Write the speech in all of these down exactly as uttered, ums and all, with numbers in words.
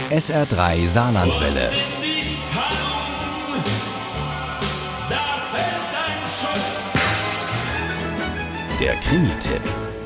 S R drei Saarlandwelle. Der Krimi-Tipp.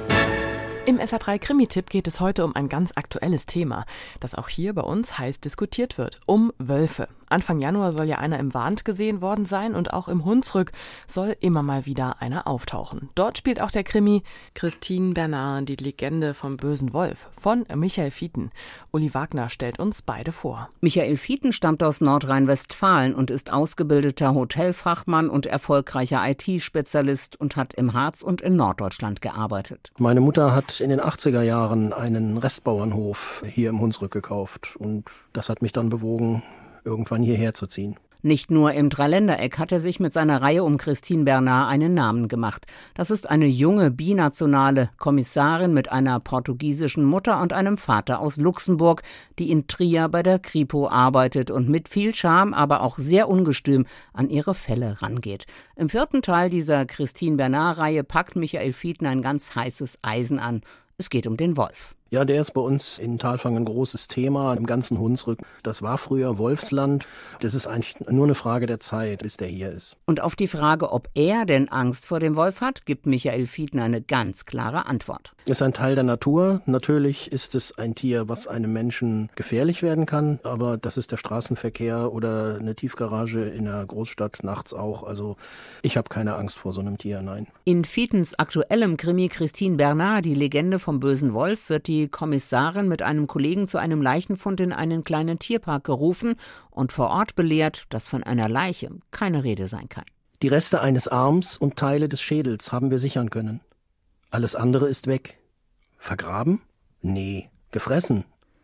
Im S R drei Krimi-Tipp geht es heute um ein ganz aktuelles Thema, das auch hier bei uns heiß diskutiert wird, um Wölfe. Anfang Januar soll ja einer im Wand gesehen worden sein und auch im Hunsrück soll immer mal wieder einer auftauchen. Dort spielt auch der Krimi Christine Bernard, die Legende vom bösen Wolf von Michael Vieten. Uli Wagner stellt uns beide vor. Michael Vieten stammt aus Nordrhein-Westfalen und ist ausgebildeter Hotelfachmann und erfolgreicher I T-Spezialist und hat im Harz und in Norddeutschland gearbeitet. Meine Mutter hat in den achtziger Jahren einen Restbauernhof hier im Hunsrück gekauft und das hat mich dann bewogen, irgendwann hierher zu ziehen. Nicht nur im Dreiländereck hat er sich mit seiner Reihe um Christine Bernard einen Namen gemacht. Das ist eine junge binationale Kommissarin mit einer portugiesischen Mutter und einem Vater aus Luxemburg, die in Trier bei der Kripo arbeitet und mit viel Charme, aber auch sehr ungestüm an ihre Fälle rangeht. Im vierten Teil dieser Christine Bernard-Reihe packt Michael Vieten ein ganz heißes Eisen an. Es geht um den Wolf. Ja, der ist bei uns in Thalfang ein großes Thema, im ganzen Hunsrück. Das war früher Wolfsland. Das ist eigentlich nur eine Frage der Zeit, bis der hier ist. Und auf die Frage, ob er denn Angst vor dem Wolf hat, gibt Michael Vieten eine ganz klare Antwort. Es ist ein Teil der Natur. Natürlich ist es ein Tier, was einem Menschen gefährlich werden kann. Aber das ist der Straßenverkehr oder eine Tiefgarage in einer Großstadt nachts auch. Also ich habe keine Angst vor so einem Tier, nein. In Vietens aktuellem Krimi Christine Bernard, die Legende vom bösen Wolf, wird die Die Kommissarin mit einem Kollegen zu einem Leichenfund in einen kleinen Tierpark gerufen und vor Ort belehrt, dass von einer Leiche keine Rede sein kann. Die Reste eines Arms und Teile des Schädels haben wir sichern können. Alles andere ist weg. Vergraben? Nee, gefressen.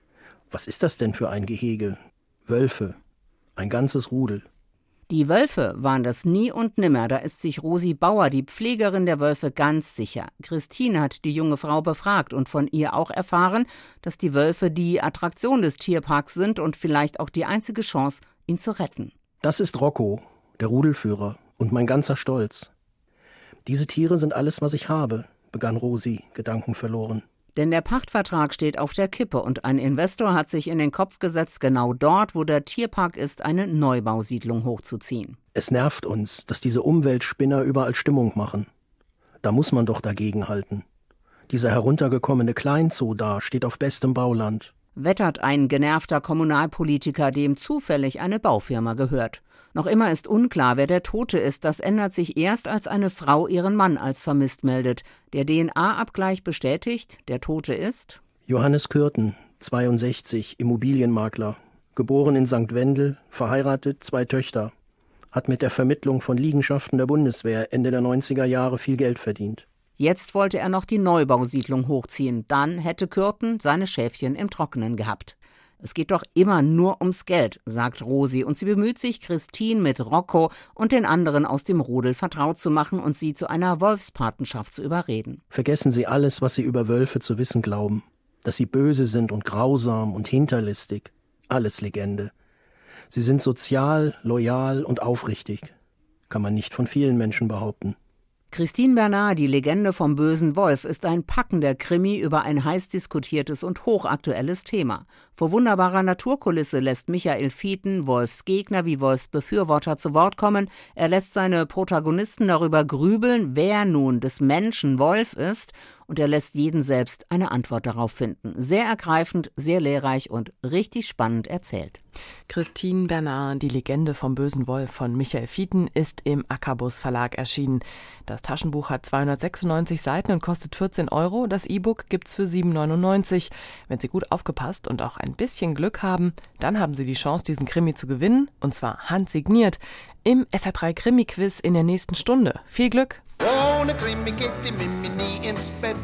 Was ist das denn für ein Gehege? Wölfe. Ein ganzes Rudel. Die Wölfe waren das nie und nimmer, da ist sich Rosi Bauer, die Pflegerin der Wölfe, ganz sicher. Christine hat die junge Frau befragt und von ihr auch erfahren, dass die Wölfe die Attraktion des Tierparks sind und vielleicht auch die einzige Chance, ihn zu retten. Das ist Rocco, der Rudelführer, und mein ganzer Stolz. Diese Tiere sind alles, was ich habe, begann Rosi, gedankenverloren. Denn der Pachtvertrag steht auf der Kippe und ein Investor hat sich in den Kopf gesetzt, genau dort, wo der Tierpark ist, eine Neubausiedlung hochzuziehen. Es nervt uns, dass diese Umweltspinner überall Stimmung machen. Da muss man doch dagegen halten. Dieser heruntergekommene Kleinzoo da steht auf bestem Bauland. Wettert ein genervter Kommunalpolitiker, dem zufällig eine Baufirma gehört. Noch immer ist unklar, wer der Tote ist. Das ändert sich erst, als eine Frau ihren Mann als vermisst meldet. Der D N A-Abgleich bestätigt, der Tote ist Johannes Kürten, zweiundsechzig, Immobilienmakler, geboren in Sankt Wendel, verheiratet, zwei Töchter, hat mit der Vermittlung von Liegenschaften der Bundeswehr Ende der neunziger Jahre viel Geld verdient. Jetzt wollte er noch die Neubausiedlung hochziehen. Dann hätte Kürten seine Schäfchen im Trockenen gehabt. Es geht doch immer nur ums Geld, sagt Rosi, und sie bemüht sich, Christine mit Rocco und den anderen aus dem Rudel vertraut zu machen und sie zu einer Wolfspatenschaft zu überreden. Vergessen Sie alles, was Sie über Wölfe zu wissen glauben. Dass sie böse sind und grausam und hinterlistig. Alles Legende. Sie sind sozial, loyal und aufrichtig. Kann man nicht von vielen Menschen behaupten. Christine Bernard, die Legende vom bösen Wolf, ist ein packender Krimi über ein heiß diskutiertes und hochaktuelles Thema. Vor wunderbarer Naturkulisse lässt Michael Vieten Wolfsgegner wie Wolfsbefürworter zu Wort kommen. Er lässt seine Protagonisten darüber grübeln, wer nun des Menschen Wolf ist, und er lässt jeden selbst eine Antwort darauf finden. Sehr ergreifend, sehr lehrreich und richtig spannend erzählt. Christine Bernard, die Legende vom bösen Wolf von Michael Vieten, ist im Ackerbus Verlag erschienen. Das Taschenbuch hat zweihundertsechsundneunzig Seiten und kostet vierzehn Euro. Das E-Book gibt's für sieben neunundneunzig. Wenn Sie gut aufgepasst und auch ein bisschen Glück haben, dann haben Sie die Chance, diesen Krimi zu gewinnen, und zwar handsigniert, im S R drei Krimi-Quiz in der nächsten Stunde. Viel Glück! Ohne Krimi geht die Mimi nie ins Bett.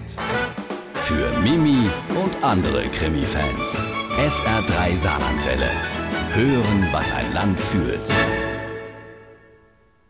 Für Mimi und andere Krimi-Fans. S R drei Saarlandwelle. Hören, was ein Land fühlt.